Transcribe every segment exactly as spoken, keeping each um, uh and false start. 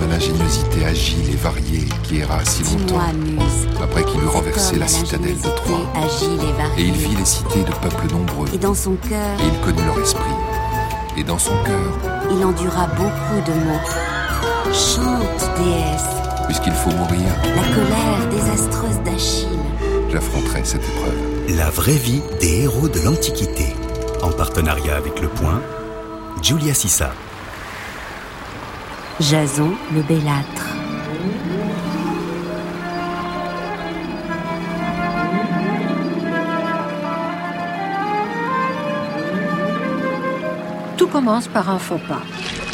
de l'ingéniosité agile et variée qui erra si longtemps, Muse, après qu'il eut renversé la citadelle de Troie. Agile et, variée. Et il vit les cités de peuples nombreux. Et dans son cœur, et il connut leur esprit. Et dans son cœur, il endura beaucoup de maux. Chante, déesse, puisqu'il faut mourir, la colère désastreuse d'Achille. J'affronterai cette épreuve. La vraie vie des héros de l'Antiquité. En partenariat avec Le Point, Julia Sissa. Jason le Bellâtre. Tout commence par un faux pas.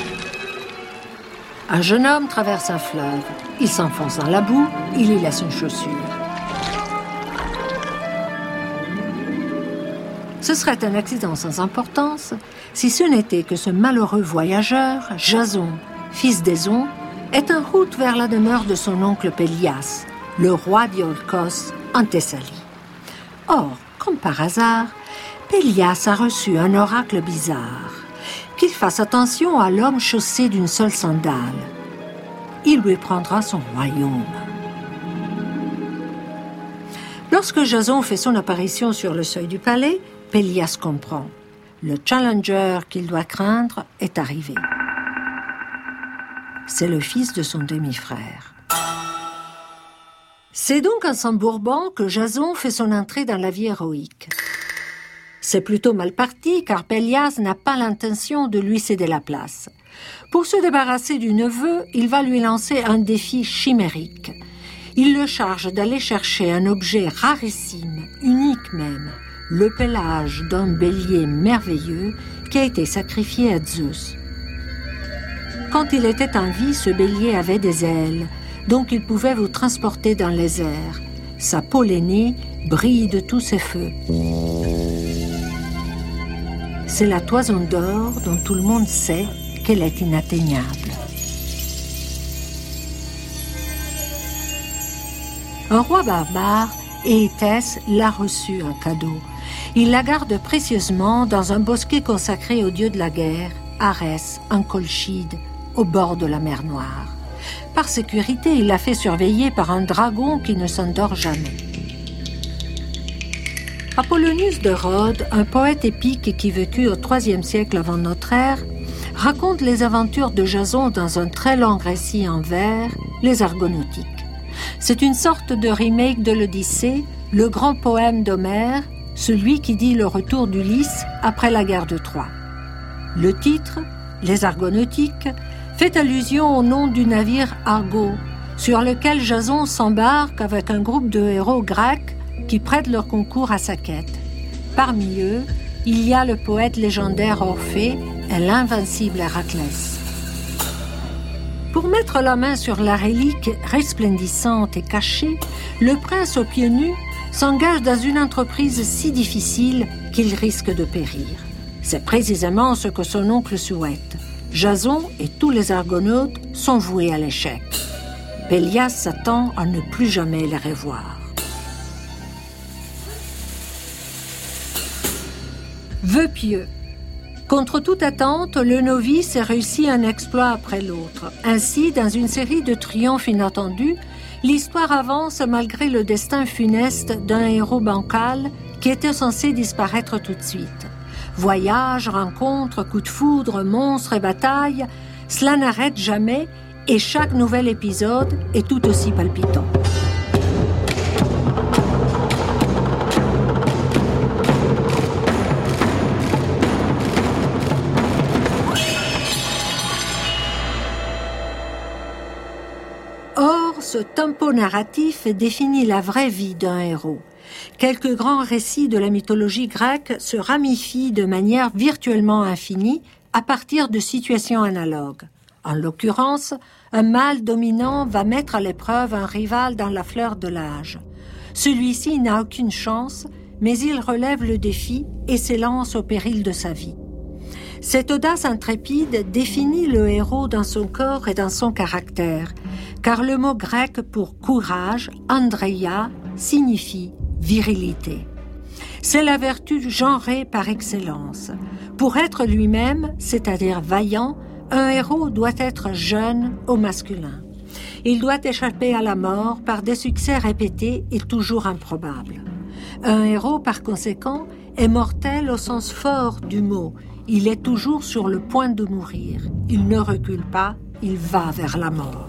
Un jeune homme traverse un fleuve. Il s'enfonce dans la boue, il y laisse une chaussure. Ce serait un accident sans importance si ce n'était que ce malheureux voyageur, Jason, fils d'Aison, est en route vers la demeure de son oncle Pélias, le roi d'Iolcos, en Thessalie. Or, comme par hasard, Pélias a reçu un oracle bizarre, qu'il fasse attention à l'homme chaussé d'une seule sandale. Il lui prendra son royaume. Lorsque Jason fait son apparition sur le seuil du palais, Pélias comprend. Le challenger qu'il doit craindre est arrivé. C'est le fils de son demi-frère. C'est donc en s'embourbant que Jason fait son entrée dans la vie héroïque. C'est plutôt mal parti car Pélias n'a pas l'intention de lui céder la place. Pour se débarrasser du neveu, il va lui lancer un défi chimérique. Il le charge d'aller chercher un objet rarissime, unique même, le pelage d'un bélier merveilleux qui a été sacrifié à Zeus. Quand il était en vie, ce bélier avait des ailes, donc il pouvait vous transporter dans les airs. Sa peau lainée brille de tous ses feux. C'est la toison d'or dont tout le monde sait qu'elle est inatteignable. Un roi barbare, Éétès, l'a reçue en cadeau. Il la garde précieusement dans un bosquet consacré au dieu de la guerre, Arès, en Colchide, au bord de la mer Noire. Par sécurité, il l'a fait surveiller par un dragon qui ne s'endort jamais. Apollonius de Rhodes, un poète épique qui vécut au troisième siècle avant notre ère, raconte les aventures de Jason dans un très long récit en vers, les Argonautiques. C'est une sorte de remake de l'Odyssée, le grand poème d'Homère, celui qui dit le retour d'Ulysse après la guerre de Troie. Le titre, les Argonautiques, fait allusion au nom du navire Argo, sur lequel Jason s'embarque avec un groupe de héros grecs qui prêtent leur concours à sa quête. Parmi eux, il y a le poète légendaire Orphée et l'invincible Héraclès. Pour mettre la main sur la relique resplendissante et cachée, le prince aux pieds nus s'engage dans une entreprise si difficile qu'il risque de périr. C'est précisément ce que son oncle souhaite. Jason et tous les Argonautes sont voués à l'échec. Pélias s'attend à ne plus jamais les revoir. Vœu pieux. Contre toute attente, le novice réussit un exploit après l'autre. Ainsi, dans une série de triomphes inattendus, l'histoire avance malgré le destin funeste d'un héros bancal qui était censé disparaître tout de suite. Voyages, rencontres, coups de foudre, monstres et batailles, cela n'arrête jamais et chaque nouvel épisode est tout aussi palpitant. Or, ce tempo narratif définit la vraie vie d'un héros. Quelques grands récits de la mythologie grecque se ramifient de manière virtuellement infinie à partir de situations analogues. En l'occurrence, un mâle dominant va mettre à l'épreuve un rival dans la fleur de l'âge. Celui-ci n'a aucune chance, mais il relève le défi et s'élance au péril de sa vie. Cette audace intrépide définit le héros dans son corps et dans son caractère, car le mot grec pour courage, andreia, signifie virilité. C'est la vertu genrée par excellence. Pour être lui-même, c'est-à-dire vaillant, Un héros doit être jeune au masculin. Il doit échapper à la mort par des succès répétés et toujours improbables. Un héros, par conséquent, est mortel au sens fort du mot. Il est toujours sur le point de mourir. Il ne recule pas, il va vers la mort.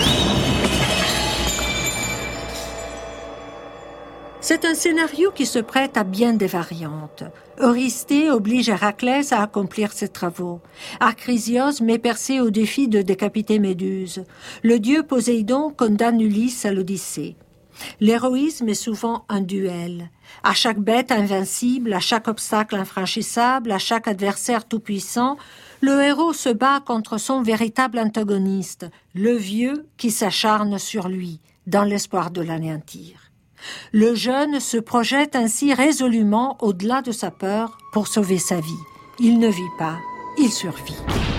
C'est un scénario qui se prête à bien des variantes. Eurysthée oblige Héraclès à accomplir ses travaux. Acrisios met Persée au défi de décapiter Méduse. Le dieu Poséidon condamne Ulysse à l'Odyssée. L'héroïsme est souvent un duel. À chaque bête invincible, à chaque obstacle infranchissable, à chaque adversaire tout-puissant, le héros se bat contre son véritable antagoniste, le vieux qui s'acharne sur lui, dans l'espoir de l'anéantir. Le jeune se projette ainsi résolument au-delà de sa peur pour sauver sa vie. Il ne vit pas, il survit.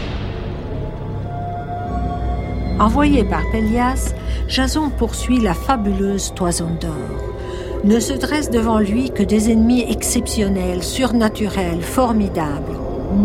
Envoyé par Pélias, Jason poursuit la fabuleuse toison d'or. Ne se dressent devant lui que des ennemis exceptionnels, surnaturels, formidables.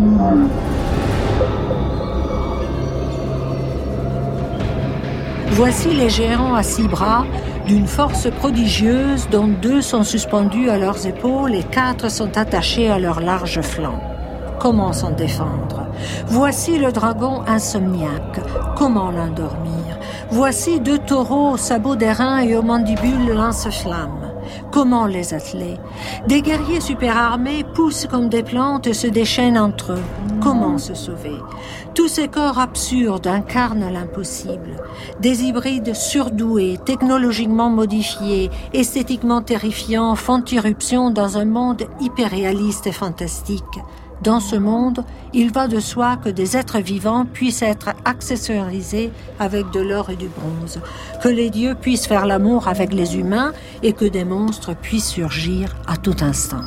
Voici les géants à six bras, d'une force prodigieuse dont deux sont suspendus à leurs épaules et quatre sont attachés à leurs larges flancs. Comment s'en défendre? Voici le dragon insomniaque. Comment l'endormir? Voici deux taureaux aux sabots d'airain et aux mandibules lance-flammes. Comment les atteler? Des guerriers superarmés poussent comme des plantes et se déchaînent entre eux. Comment se sauver? Tous ces corps absurdes incarnent l'impossible. Des hybrides surdoués, technologiquement modifiés, esthétiquement terrifiants, font irruption dans un monde hyperréaliste et fantastique. Dans ce monde, il va de soi que des êtres vivants puissent être accessoirisés avec de l'or et du bronze, que les dieux puissent faire l'amour avec les humains et que des monstres puissent surgir à tout instant.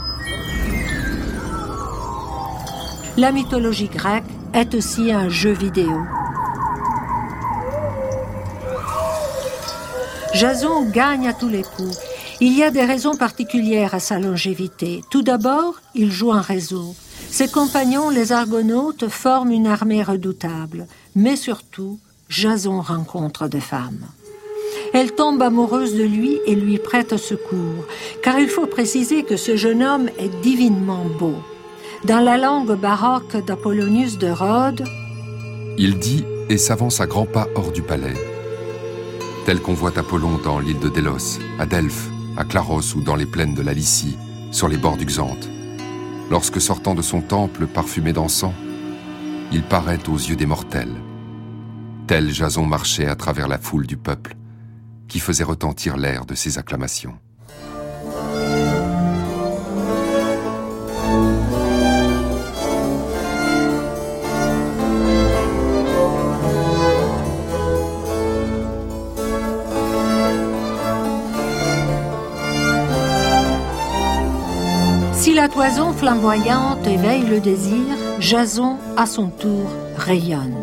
La mythologie grecque est aussi un jeu vidéo. Jason gagne à tous les coups. Il y a des raisons particulières à sa longévité. Tout d'abord, il joue en réseau. Ses compagnons, les Argonautes, forment une armée redoutable. Mais surtout, Jason rencontre des femmes. Elles tombent amoureuses de lui et lui prêtent secours, car il faut préciser que ce jeune homme est divinement beau. Dans la langue baroque d'Apollonius de Rhodes, il dit et s'avance à grands pas hors du palais, tel qu'on voit Apollon dans l'île de Délos, à Delphes, à Claros ou dans les plaines de la Lycie, sur les bords du Xanthe. Lorsque sortant de son temple parfumé d'encens, il paraît aux yeux des mortels. Tel Jason marchait à travers la foule du peuple, qui faisait retentir l'air de ses acclamations. Si la toison flamboyante éveille le désir, Jason, à son tour, rayonne.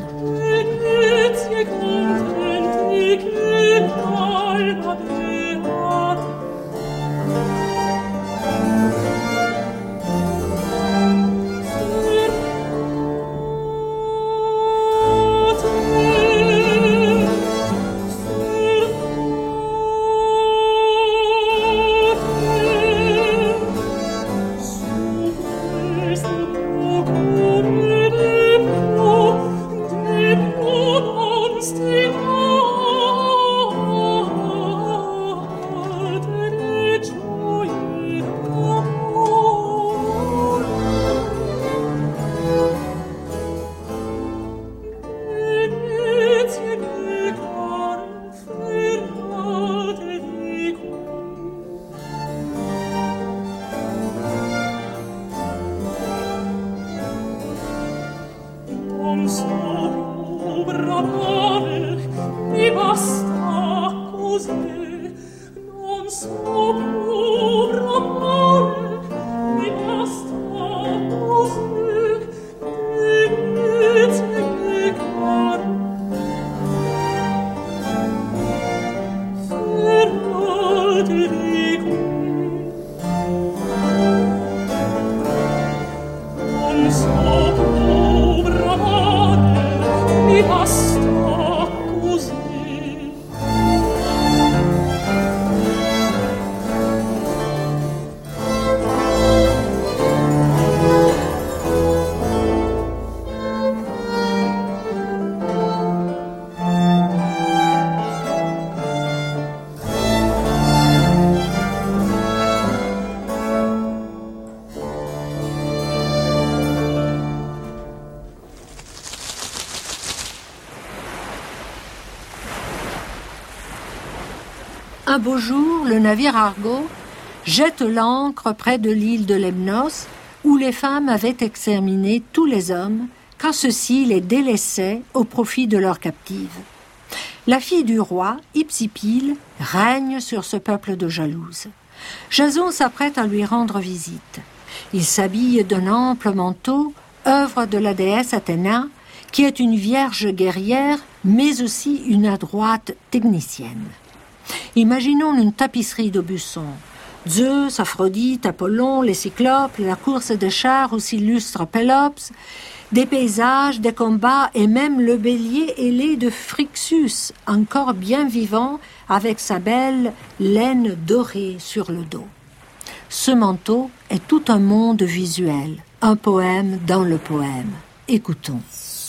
Un beau jour, le navire Argo jette l'ancre près de l'île de Lemnos, où les femmes avaient exterminé tous les hommes, car ceux-ci les délaissaient au profit de leurs captives. La fille du roi, Hypsipyle, règne sur ce peuple de jalouses. Jason s'apprête à lui rendre visite. Il s'habille d'un ample manteau, œuvre de la déesse Athéna, qui est une vierge guerrière, mais aussi une adroite technicienne. Imaginons une tapisserie d'Aubusson. Zeus, Aphrodite, Apollon, les Cyclopes, la course des chars où s'illustre Pélops, des paysages, des combats et même le bélier ailé de Phrixus, encore bien vivant, avec sa belle laine dorée sur le dos. Ce manteau est tout un monde visuel, un poème dans le poème. Écoutons.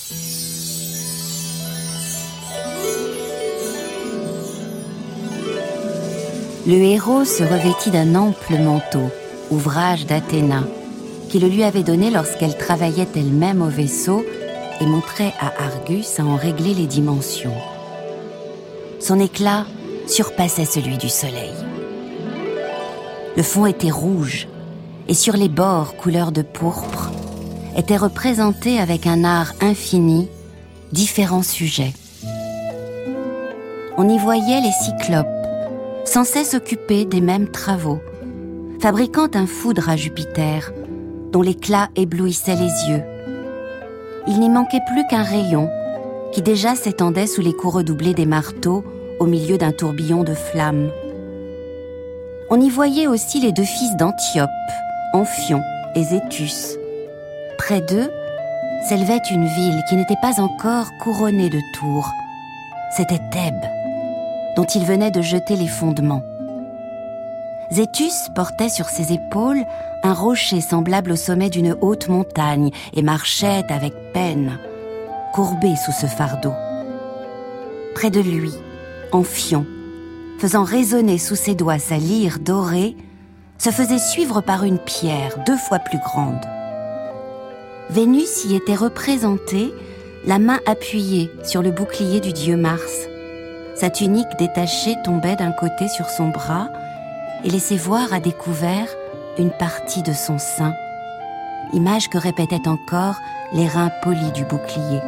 Le héros se revêtit d'un ample manteau, ouvrage d'Athéna, qui le lui avait donné lorsqu'elle travaillait elle-même au vaisseau et montrait à Argus à en régler les dimensions. Son éclat surpassait celui du soleil. Le fond était rouge, et sur les bords, couleur de pourpre, étaient représentés avec un art infini différents sujets. On y voyait les cyclopes, sans cesse occupés des mêmes travaux, fabriquant un foudre à Jupiter, dont l'éclat éblouissait les yeux. Il n'y manquait plus qu'un rayon, qui déjà s'étendait sous les coups redoublés des marteaux, au milieu d'un tourbillon de flammes. On y voyait aussi les deux fils d'Antiope, Amphion et Zétus. Près d'eux s'élevait une ville qui n'était pas encore couronnée de tours. C'était Thèbes, dont il venait de jeter les fondements. Zétus portait sur ses épaules un rocher semblable au sommet d'une haute montagne et marchait avec peine, courbé sous ce fardeau. Près de lui, Amphion, faisant résonner sous ses doigts sa lyre dorée, se faisait suivre par une pierre deux fois plus grande. Vénus y était représentée, la main appuyée sur le bouclier du dieu Mars. Sa tunique détachée tombait d'un côté sur son bras et laissait voir à découvert une partie de son sein, image que répétaient encore les reins polis du bouclier.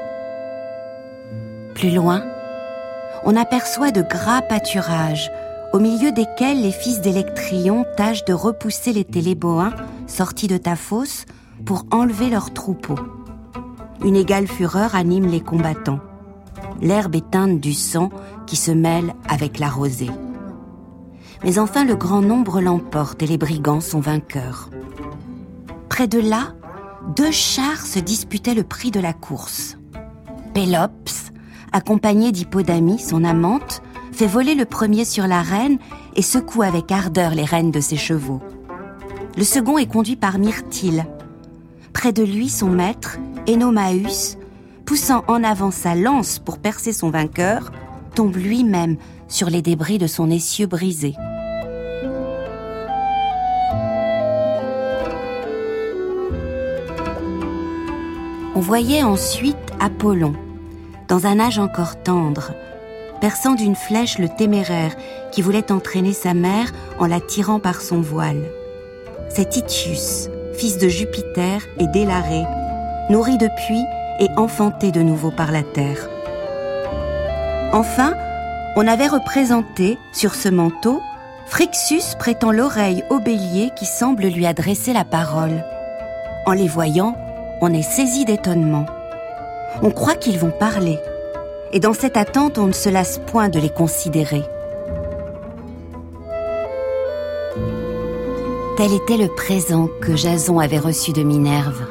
Plus loin, on aperçoit de gras pâturages, au milieu desquels les fils d'Électrion tâchent de repousser les Téléboins sortis de Taphos pour enlever leurs troupeaux. Une égale fureur anime les combattants. L'herbe est teinte du sang qui se mêle avec la rosée. Mais enfin le grand nombre l'emporte et les brigands sont vainqueurs. Près de là, deux chars se disputaient le prix de la course. Pélops, accompagné d'Hippodamie, son amante, fait voler le premier sur l'arène et secoue avec ardeur les rênes de ses chevaux. Le second est conduit par Myrtille. Près de lui, son maître, Énomaüs, poussant en avant sa lance pour percer son vainqueur, tombe lui-même sur les débris de son essieu brisé. On voyait ensuite Apollon, dans un âge encore tendre, perçant d'une flèche le téméraire qui voulait entraîner sa mère en la tirant par son voile. C'est Tityus, fils de Jupiter et d'Élarée, nourri depuis et enfanté de nouveau par la terre. Enfin, on avait représenté, sur ce manteau, Phrixus prêtant l'oreille au bélier qui semble lui adresser la parole. En les voyant, on est saisi d'étonnement. On croit qu'ils vont parler, et dans cette attente, on ne se lasse point de les considérer. Tel était le présent que Jason avait reçu de Minerve.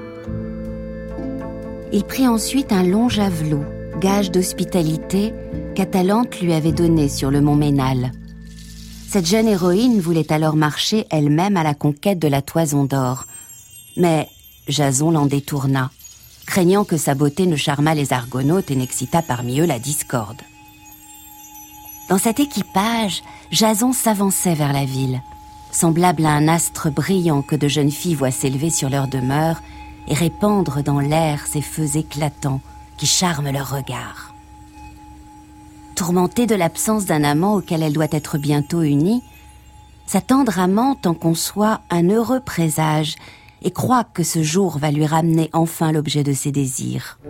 Il prit ensuite un long javelot, gage d'hospitalité, qu'Atalante lui avait donné sur le mont Ménal. Cette jeune héroïne voulait alors marcher elle-même à la conquête de la toison d'or. Mais Jason l'en détourna, craignant que sa beauté ne charmât les Argonautes et n'excitât parmi eux la discorde. Dans cet équipage, Jason s'avançait vers la ville, semblable à un astre brillant que de jeunes filles voient s'élever sur leur demeure et répandre dans l'air ces feux éclatants qui charment leur regard. tourmentée de l'absence d'un amant auquel elle doit être bientôt unie, sa tendre amante en conçoit un heureux présage et croit que ce jour va lui ramener enfin l'objet de ses désirs.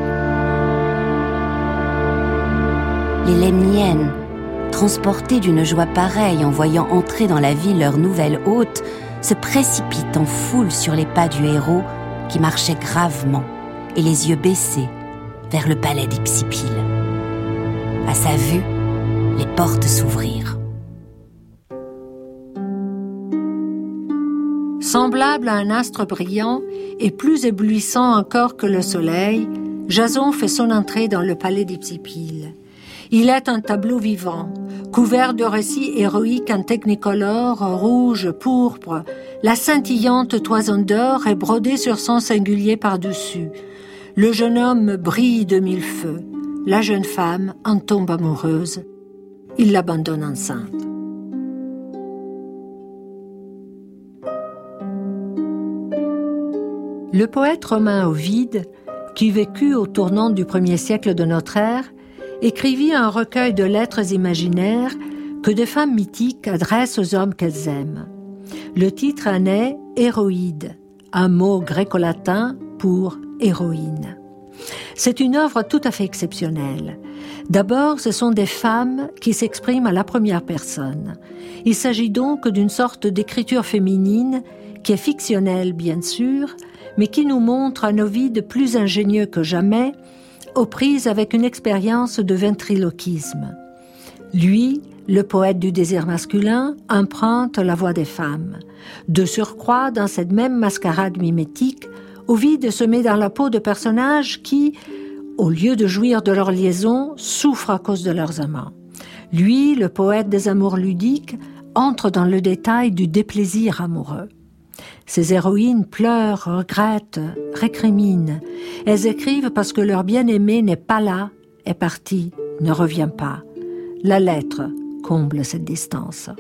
Les Lemniennes, transportées d'une joie pareille en voyant entrer dans la ville leur nouvelle hôte, se précipitent en foule sur les pas du héros qui marchait gravement et les yeux baissés vers le palais d'Hypsipyle. À sa vue, les portes s'ouvrirent. Semblable à un astre brillant et plus éblouissant encore que le soleil, Jason fait son entrée dans le palais d'Hypsipyle. Il est un tableau vivant, couvert de récits héroïques en technicolore, rouge, pourpre. La scintillante toison d'or est brodée sur son singulier par-dessus. Le jeune homme brille de mille feux. La jeune femme en tombe amoureuse. Il l'abandonne enceinte. Le poète romain Ovide, qui vécut au tournant du premier siècle de notre ère, écrivit un recueil de lettres imaginaires que des femmes mythiques adressent aux hommes qu'elles aiment. Le titre en est « Héroïde », un mot gréco-latin pour « héroïne ». C'est une œuvre tout à fait exceptionnelle. D'abord, ce sont des femmes qui s'expriment à la première personne. Il s'agit donc d'une sorte d'écriture féminine qui est fictionnelle, bien sûr, mais qui nous montre un Ovide plus ingénieux que jamais, aux prises avec une expérience de ventriloquisme. Lui, le poète du désir masculin, emprunte la voix des femmes. De surcroît, dans cette même mascarade mimétique, Ovide se met dans la peau de personnages qui, au lieu de jouir de leur liaison, souffrent à cause de leurs amants. Lui, le poète des amours ludiques, entre dans le détail du déplaisir amoureux. Ces héroïnes pleurent, regrettent, récriminent. Elles écrivent parce que leur bien-aimé n'est pas là, est parti, ne revient pas. La lettre comble cette distance.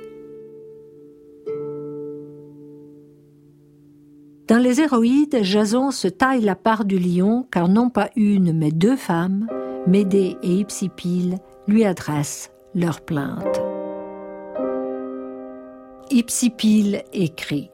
Dans les héroïdes, Jason se taille la part du lion car non pas une mais deux femmes, Médée et Hypsipyle, lui adressent leurs plaintes. Hypsipyle écrit: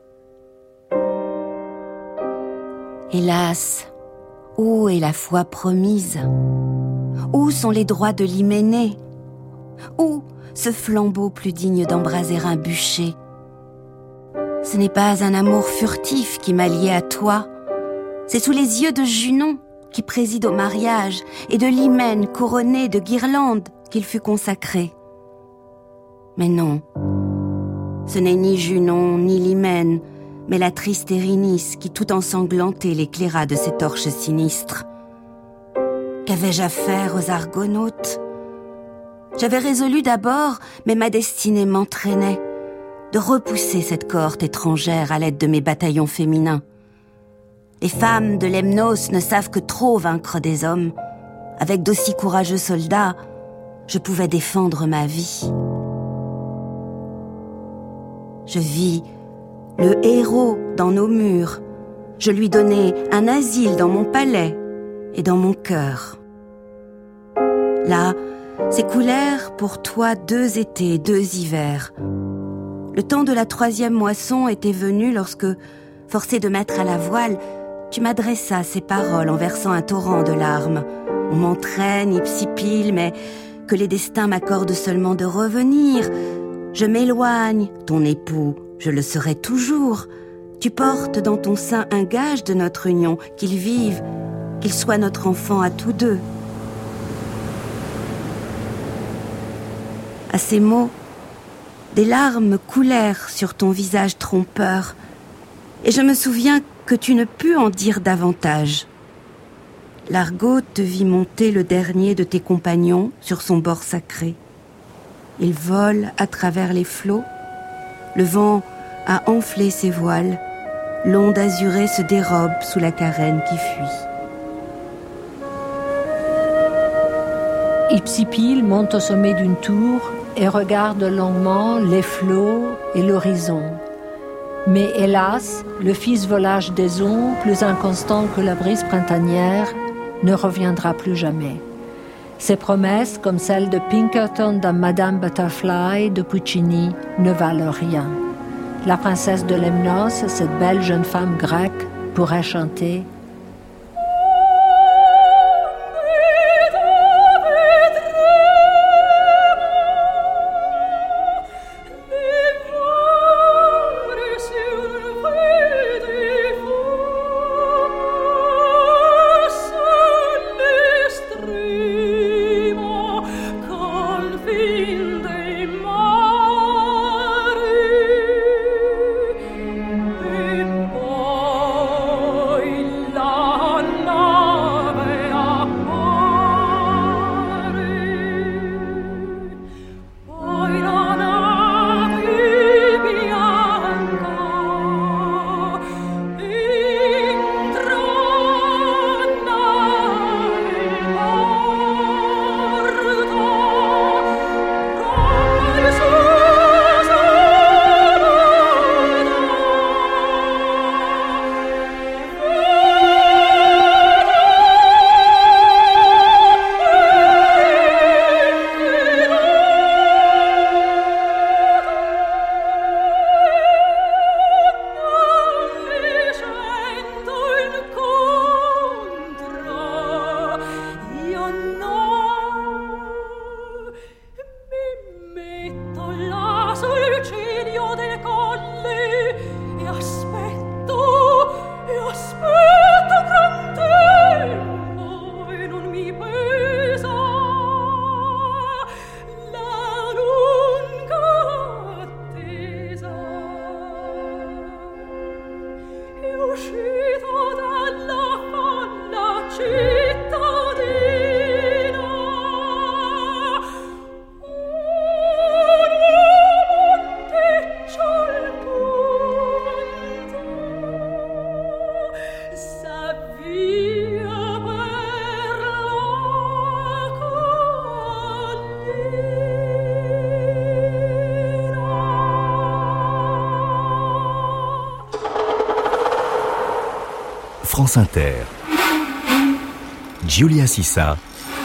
Hélas, où est la foi promise? Où sont les droits de l'hyménée? Où ce flambeau plus digne d'embraser un bûcher? Ce n'est pas un amour furtif qui m'a lié à toi, c'est sous les yeux de Junon, qui préside au mariage, et de l'hymen couronné de guirlandes qu'il fut consacré. Mais non, ce n'est ni Junon ni l'hymen, mais la triste Erinis qui tout ensanglantée l'éclaira de ses torches sinistres. Qu'avais-je à faire aux Argonautes? J'avais résolu d'abord, mais ma destinée m'entraînait, de repousser cette cohorte étrangère à l'aide de mes bataillons féminins. Les femmes de Lemnos ne savent que trop vaincre des hommes. Avec d'aussi courageux soldats, je pouvais défendre ma vie. Je vis le héros dans nos murs. Je lui donnai un asile dans mon palais et dans mon cœur. Là, s'écoulèrent pour toi deux étés, deux hivers. Le temps de la troisième moisson était venu lorsque, forcé de mettre à la voile, tu m'adressas ces paroles en versant un torrent de larmes. On m'entraîne, Hypsipyle, mais que les destins m'accordent seulement de revenir. Je m'éloigne, ton époux, je le serai toujours. Tu portes dans ton sein un gage de notre union, qu'il vive, qu'il soit notre enfant à tous deux. À ces mots, des larmes coulèrent sur ton visage trompeur, et je me souviens que tu ne pus en dire davantage. L'Argo te vit monter le dernier de tes compagnons sur son bord sacré. Il vole à travers les flots, le vent a enflé ses voiles, l'onde azurée se dérobe sous la carène qui fuit. Hypsipyle monte au sommet d'une tour et regarde longuement les flots et l'horizon. Mais hélas, le fils volage des ondes, plus inconstant que la brise printanière, ne reviendra plus jamais. Ces promesses, comme celles de Pinkerton dans Madame Butterfly de Puccini, ne valent rien. La princesse de Lemnos, cette belle jeune femme grecque, pourrait chanter « France Inter. Giulia Sissa.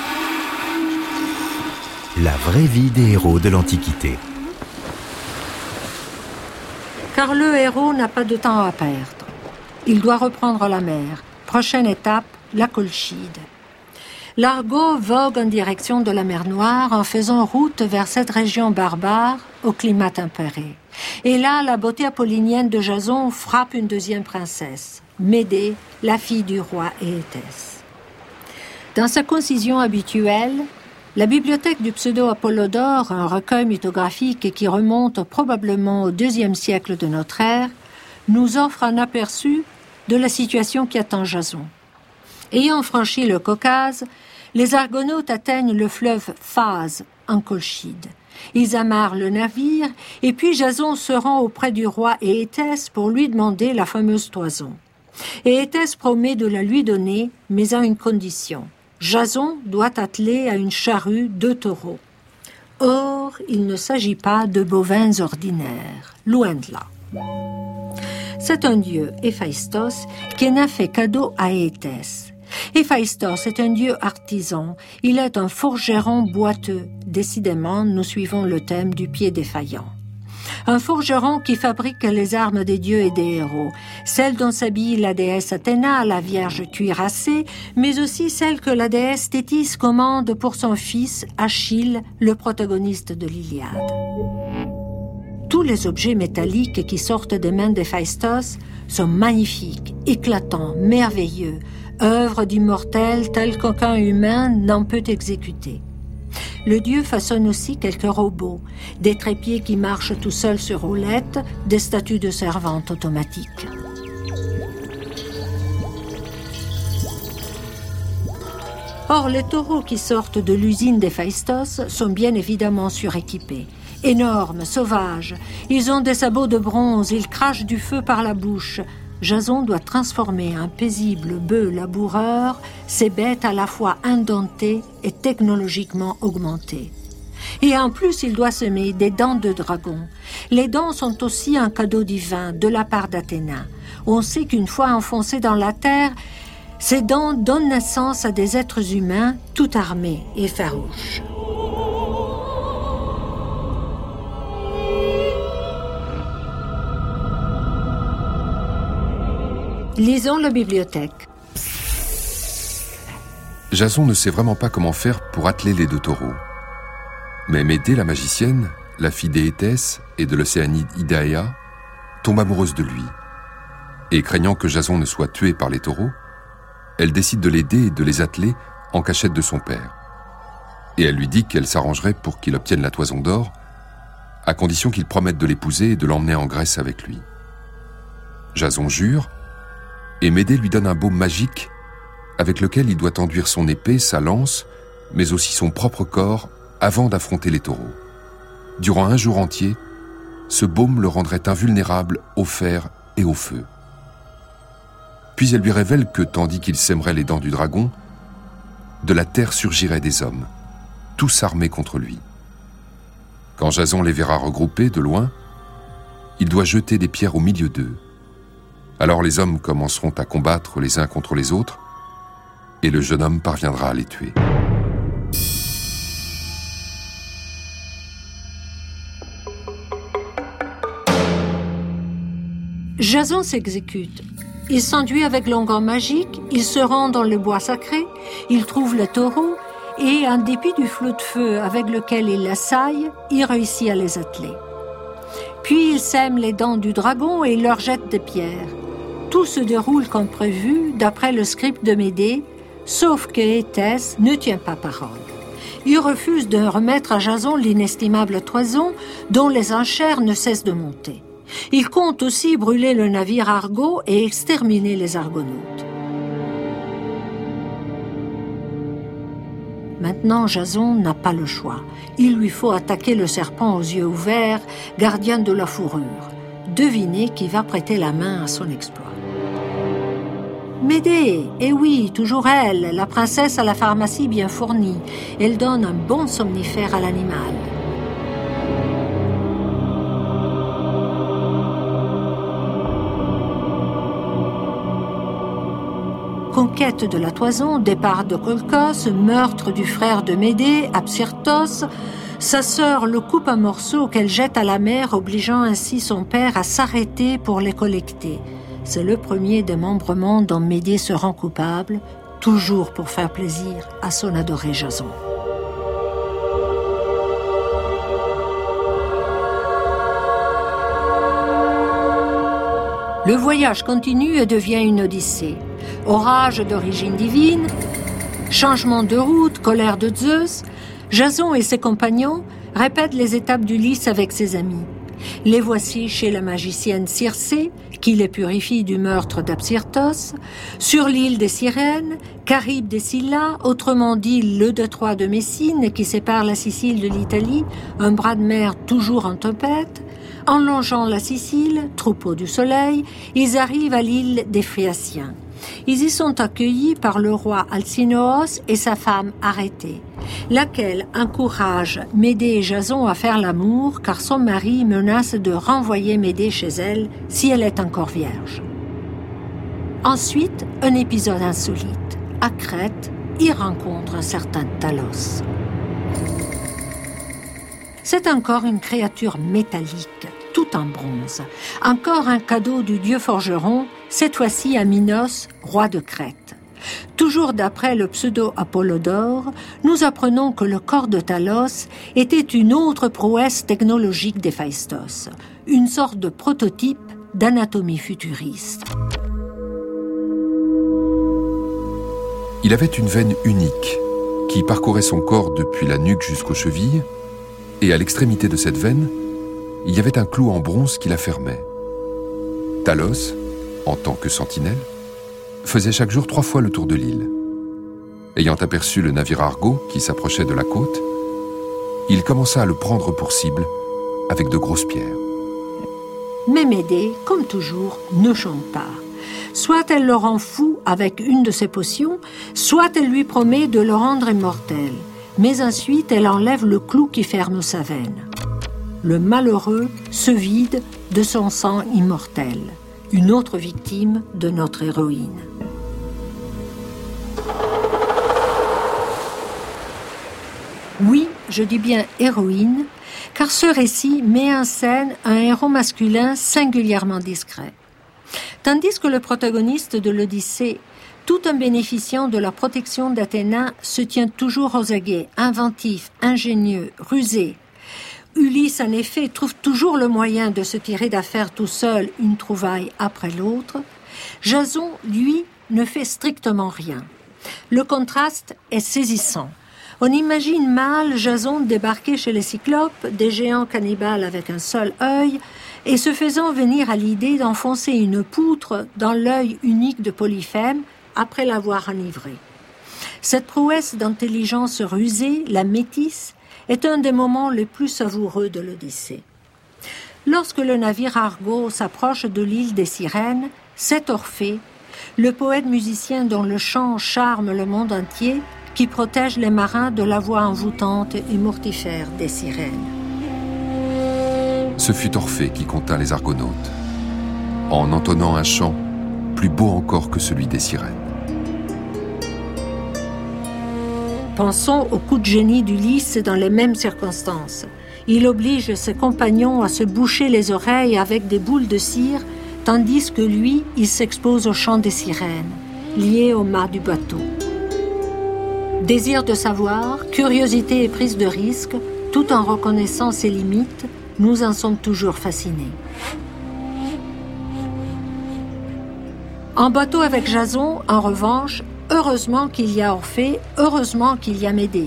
La vraie vie des héros de l'Antiquité. Car le héros n'a pas de temps à perdre. Il doit reprendre la mer. Prochaine étape, la Colchide. L'Argo vogue en direction de la mer Noire en faisant route vers cette région barbare au climat tempéré. Et là, la beauté apollinienne de Jason frappe une deuxième princesse, Médée, la fille du roi Éétès. Dans sa concision habituelle, la bibliothèque du pseudo-Apollodore, un recueil mythographique qui remonte probablement au deuxième siècle de notre ère, nous offre un aperçu de la situation qui attend Jason. Ayant franchi le Caucase, les Argonautes atteignent le fleuve Phase, en Colchide. Ils amarrent le navire, et puis Jason se rend auprès du roi Éétès pour lui demander la fameuse toison. Éétès promet de la lui donner, mais à une condition. Jason doit atteler à une charrue deux taureaux. Or, il ne s'agit pas de bovins ordinaires, loin de là. C'est un dieu, Héphaïstos, qui n'a fait cadeau à Éétès. Héphaïstos est un dieu artisan, il est un forgeron boiteux. Décidément, nous suivons le thème du pied défaillant. Un forgeron qui fabrique les armes des dieux et des héros, celles dont s'habille la déesse Athéna, la vierge cuirassée, mais aussi celles que la déesse Thétis commande pour son fils Achille, le protagoniste de l'Iliade. Tous les objets métalliques qui sortent des mains d'Héphaïstos sont magnifiques, éclatants, merveilleux, œuvres d'immortels telles qu'aucun humain n'en peut exécuter. Le dieu façonne aussi quelques robots, des trépieds qui marchent tout seuls sur roulettes, des statues de servantes automatiques. Or, les taureaux qui sortent de l'usine d'Héphaïstos sont bien évidemment suréquipés. Énormes, sauvages, ils ont des sabots de bronze, ils crachent du feu par la bouche. Jason doit transformer un paisible bœuf laboureur, ces bêtes à la fois indentées et technologiquement augmentées. Et en plus, il doit semer des dents de dragon. Les dents sont aussi un cadeau divin de la part d'Athéna. On sait qu'une fois enfoncées dans la terre, Ces dents donnent naissance à des êtres humains tout armés et farouches. Lisons la bibliothèque. Jason ne sait vraiment pas comment faire pour atteler les deux taureaux. Mais Médée, la magicienne, la fille d'Éthès et de l'océanide Idaea, tombe amoureuse de lui. Et craignant que Jason ne soit tué par les taureaux, elle décide de l'aider et de les atteler en cachette de son père. Et elle lui dit qu'elle s'arrangerait pour qu'il obtienne la toison d'or, à condition qu'il promette de l'épouser et de l'emmener en Grèce avec lui. Jason jure, et Médée lui donne un baume magique avec lequel il doit enduire son épée, sa lance, mais aussi son propre corps avant d'affronter les taureaux. Durant un jour entier, ce baume le rendrait invulnérable au fer et au feu. Puis elle lui révèle que, tandis qu'il sèmerait les dents du dragon, de la terre surgiraient des hommes, tous armés contre lui. Quand Jason les verra regroupés de loin, il doit jeter des pierres au milieu d'eux. Alors les hommes commenceront à combattre les uns contre les autres, et le jeune homme parviendra à les tuer. Jason s'exécute. Il s'enduit avec l'onguent magique, il se rend dans le bois sacré, il trouve le taureau et, en dépit du flot de feu avec lequel il l'assaille, il réussit à les atteler. Puis il sème les dents du dragon et il leur jette des pierres. Tout se déroule comme prévu d'après le script de Médée, sauf que Éthès ne tient pas parole. Il refuse de remettre à Jason l'inestimable toison dont les enchères ne cessent de monter. Il compte aussi brûler le navire Argo et exterminer les Argonautes. Maintenant, Jason n'a pas le choix. Il lui faut attaquer le serpent aux yeux ouverts, gardien de la fourrure. Devinez qui va prêter la main à son exploit. Médée, eh oui, toujours elle, la princesse à la pharmacie bien fournie. Elle donne un bon somnifère à l'animal. Conquête de la toison, départ de Colchos, meurtre du frère de Médée, Absyrtos. Sa sœur le coupe en morceaux qu'elle jette à la mer, obligeant ainsi son père à s'arrêter pour les collecter. C'est le premier démembrement dont Médée se rend coupable, toujours pour faire plaisir à son adoré Jason. Le voyage continue et devient une odyssée. Orage d'origine divine, changement de route, colère de Zeus, Jason et ses compagnons répètent les étapes d'Ulysse avec ses amis. Les voici chez la magicienne Circé, qui les purifie du meurtre d'Absyrtos, sur l'île des Sirènes, Caribe des Scylla, autrement dit le détroit de Messine qui sépare la Sicile de l'Italie, un bras de mer toujours en tempête. En longeant la Sicile, troupeau du soleil, ils arrivent à l'île des Phréaciens. Ils y sont accueillis par le roi Alcinoos et sa femme Arrêtée, laquelle encourage Médée et Jason à faire l'amour car son mari menace de renvoyer Médée chez elle si elle est encore vierge. Ensuite, un épisode insolite. À Crète, il rencontre un certain Talos. C'est encore une créature métallique, tout en bronze. Encore un cadeau du dieu forgeron, cette fois-ci à Minos, roi de Crète. Toujours d'après le pseudo-Apollodore, nous apprenons que le corps de Talos était une autre prouesse technologique d'Héphaïstos, une sorte de prototype d'anatomie futuriste. Il avait une veine unique qui parcourait son corps depuis la nuque jusqu'aux chevilles, et à l'extrémité de cette veine, il y avait un clou en bronze qui la fermait. Talos, en tant que sentinelle, faisait chaque jour trois fois le tour de l'île. Ayant aperçu le navire Argo qui s'approchait de la côte, il commença à le prendre pour cible avec de grosses pierres. Mais Médée, comme toujours, ne chante pas. Soit elle le rend fou avec une de ses potions, soit elle lui promet de le rendre immortel. Mais ensuite, elle enlève le clou qui ferme sa veine. Le malheureux se vide de son sang immortel, une autre victime de notre héroïne. Oui, je dis bien héroïne, car ce récit met en scène un héros masculin singulièrement discret. Tandis que le protagoniste de l'Odyssée, tout en bénéficiant de la protection d'Athéna, se tient toujours aux aguets, inventif, ingénieux, rusé. Ulysse, en effet, trouve toujours le moyen de se tirer d'affaire tout seul une trouvaille après l'autre. Jason, lui, ne fait strictement rien. Le contraste est saisissant. On imagine mal Jason débarquer chez les Cyclopes, des géants cannibales avec un seul œil, et se faisant venir à l'idée d'enfoncer une poutre dans l'œil unique de Polyphème après l'avoir enivré. Cette prouesse d'intelligence rusée, la métisse, est un des moments les plus savoureux de l'Odyssée. Lorsque le navire Argo s'approche de l'île des Sirènes, c'est Orphée, le poète-musicien dont le chant charme le monde entier, qui protège les marins de la voix envoûtante et mortifère des sirènes. Ce fut Orphée qui contint les Argonautes, en entonnant un chant plus beau encore que celui des sirènes. Pensons au coup de génie d'Ulysse dans les mêmes circonstances. Il oblige ses compagnons à se boucher les oreilles avec des boules de cire, tandis que lui, il s'expose au chant des sirènes, lié au mât du bateau. Désir de savoir, curiosité et prise de risque, tout en reconnaissant ses limites, nous en sommes toujours fascinés. En bateau avec Jason, en revanche, heureusement qu'il y a Orphée, heureusement qu'il y a Médée.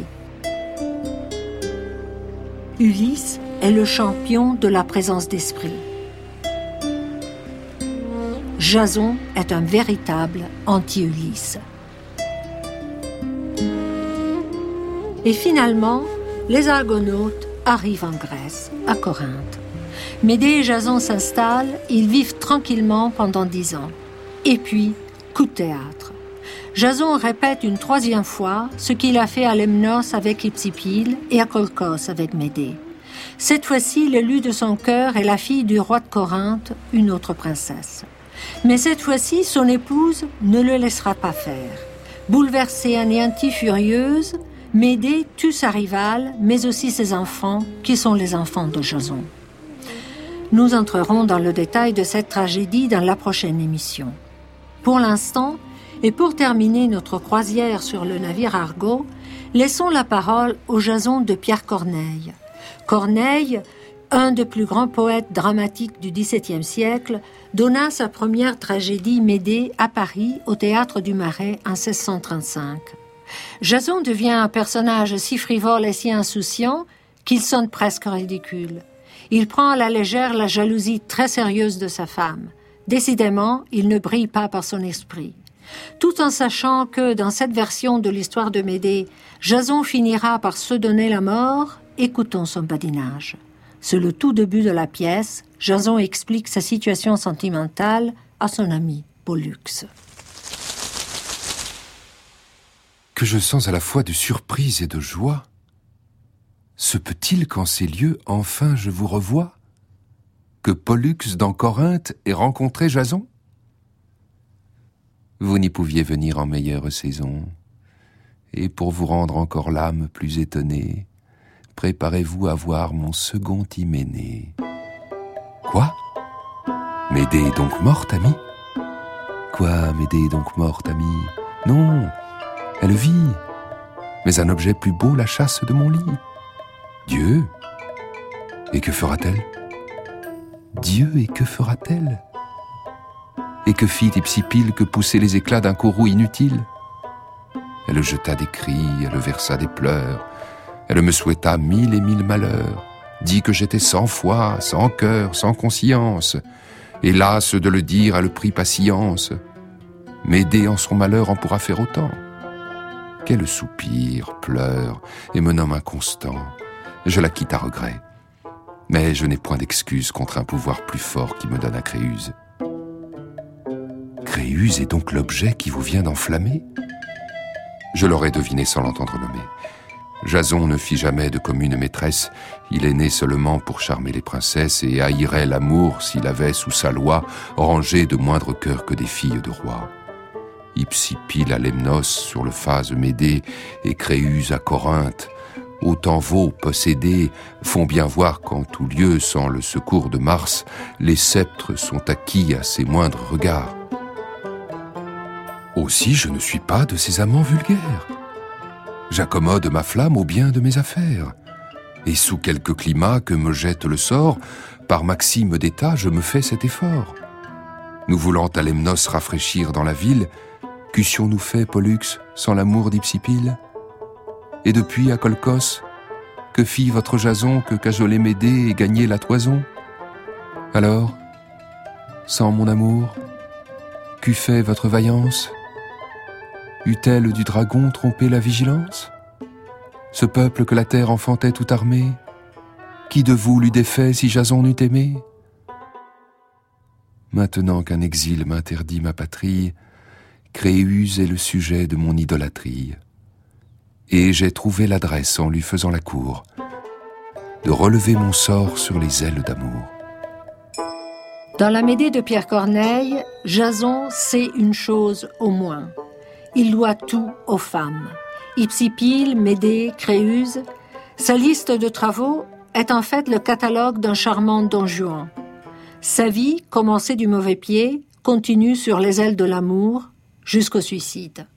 Ulysse est le champion de la présence d'esprit. Jason est un véritable anti-Ulysse. Et finalement, les Argonautes arrivent en Grèce, à Corinthe. Médée et Jason s'installent, ils vivent tranquillement pendant dix ans. Et puis, coup de théâtre. Jason répète une troisième fois ce qu'il a fait à Lemnos avec Hypsipyle et à Colchos avec Médée. Cette fois-ci, l'élu de son cœur est la fille du roi de Corinthe, une autre princesse. Mais cette fois-ci, son épouse ne le laissera pas faire. Bouleversée, anéantie, furieuse, Médée tue sa rivale, mais aussi ses enfants, qui sont les enfants de Jason. Nous entrerons dans le détail de cette tragédie dans la prochaine émission. Pour l'instant, et pour terminer notre croisière sur le navire Argo, laissons la parole au Jason de Pierre Corneille. Corneille, un des plus grands poètes dramatiques du dix-septième siècle, donna sa première tragédie Médée à Paris, au Théâtre du Marais, en seize cent trente-cinq. Jason devient un personnage si frivole et si insouciant qu'il sonne presque ridicule. Il prend à la légère la jalousie très sérieuse de sa femme. Décidément, il ne brille pas par son esprit. Tout en sachant que, dans cette version de l'histoire de Médée, Jason finira par se donner la mort, écoutons son badinage. C'est le tout début de la pièce. Jason explique sa situation sentimentale à son ami Pollux. Que je sens à la fois de surprise et de joie. Se peut-il qu'en ces lieux, enfin je vous revois? Que Pollux dans Corinthe ait rencontré Jason? Vous n'y pouviez venir en meilleure saison, et pour vous rendre encore l'âme plus étonnée, préparez-vous à voir mon second Hyménée. Quoi? Médée est donc morte, ami? Quoi, Médée est donc morte, ami? Non, elle vit, mais un objet plus beau la chasse de mon lit. Dieu? Et que fera-t-elle? Dieu, et que fera-t-elle? Et que fit Hypsipyle que pousser les éclats d'un courroux inutile? Elle jeta des cris, elle versa des pleurs, elle me souhaita mille et mille malheurs, dit que j'étais sans foi, sans cœur, sans conscience. Hélas, de le dire, elle prit patience. Médée en son malheur en pourra faire autant. Qu'elle soupire, pleure, et me nomme inconstant. Je la quitte à regret. Mais je n'ai point d'excuse contre un pouvoir plus fort qui me donne à Créuse. Créuse est donc l'objet qui vous vient d'enflammer? Je l'aurais deviné sans l'entendre nommer. Jason ne fit jamais de commune maîtresse, il est né seulement pour charmer les princesses et haïrait l'amour s'il avait sous sa loi rangé de moindre cœur que des filles de rois. Hypsipyle à Lemnos sur le phase Médée et Créuse à Corinthe, autant vaut posséder, font bien voir qu'en tout lieu, sans le secours de Mars, les sceptres sont acquis à ses moindres regards. Aussi, je ne suis pas de ces amants vulgaires. J'accommode ma flamme au bien de mes affaires. Et sous quelque climat que me jette le sort, par maxime d'état, je me fais cet effort. Nous voulant à Lemnos rafraîchir dans la ville, qu'eussions-nous fait, Pollux, sans l'amour d'Hypsipyle? Et depuis à Colchos, que fit votre Jason que cajoler Médée et gagner la toison? Alors, sans mon amour, qu'eût fait votre vaillance? Eût-elle du dragon trompé la vigilance? Ce peuple que la terre enfantait tout armé, qui de vous l'eût défait si Jason n'eût aimé? Maintenant qu'un exil m'interdit ma patrie, Créuse est le sujet de mon idolâtrie. Et j'ai trouvé l'adresse en lui faisant la cour, de relever mon sort sur les ailes d'amour. Dans la Médée de Pierre Corneille, Jason sait une chose au moins. Il doit tout aux femmes. Hypsipyle, Médée, Créuse. Sa liste de travaux est en fait le catalogue d'un charmant Don Juan. Sa vie, commencée du mauvais pied, continue sur les ailes de l'amour jusqu'au suicide.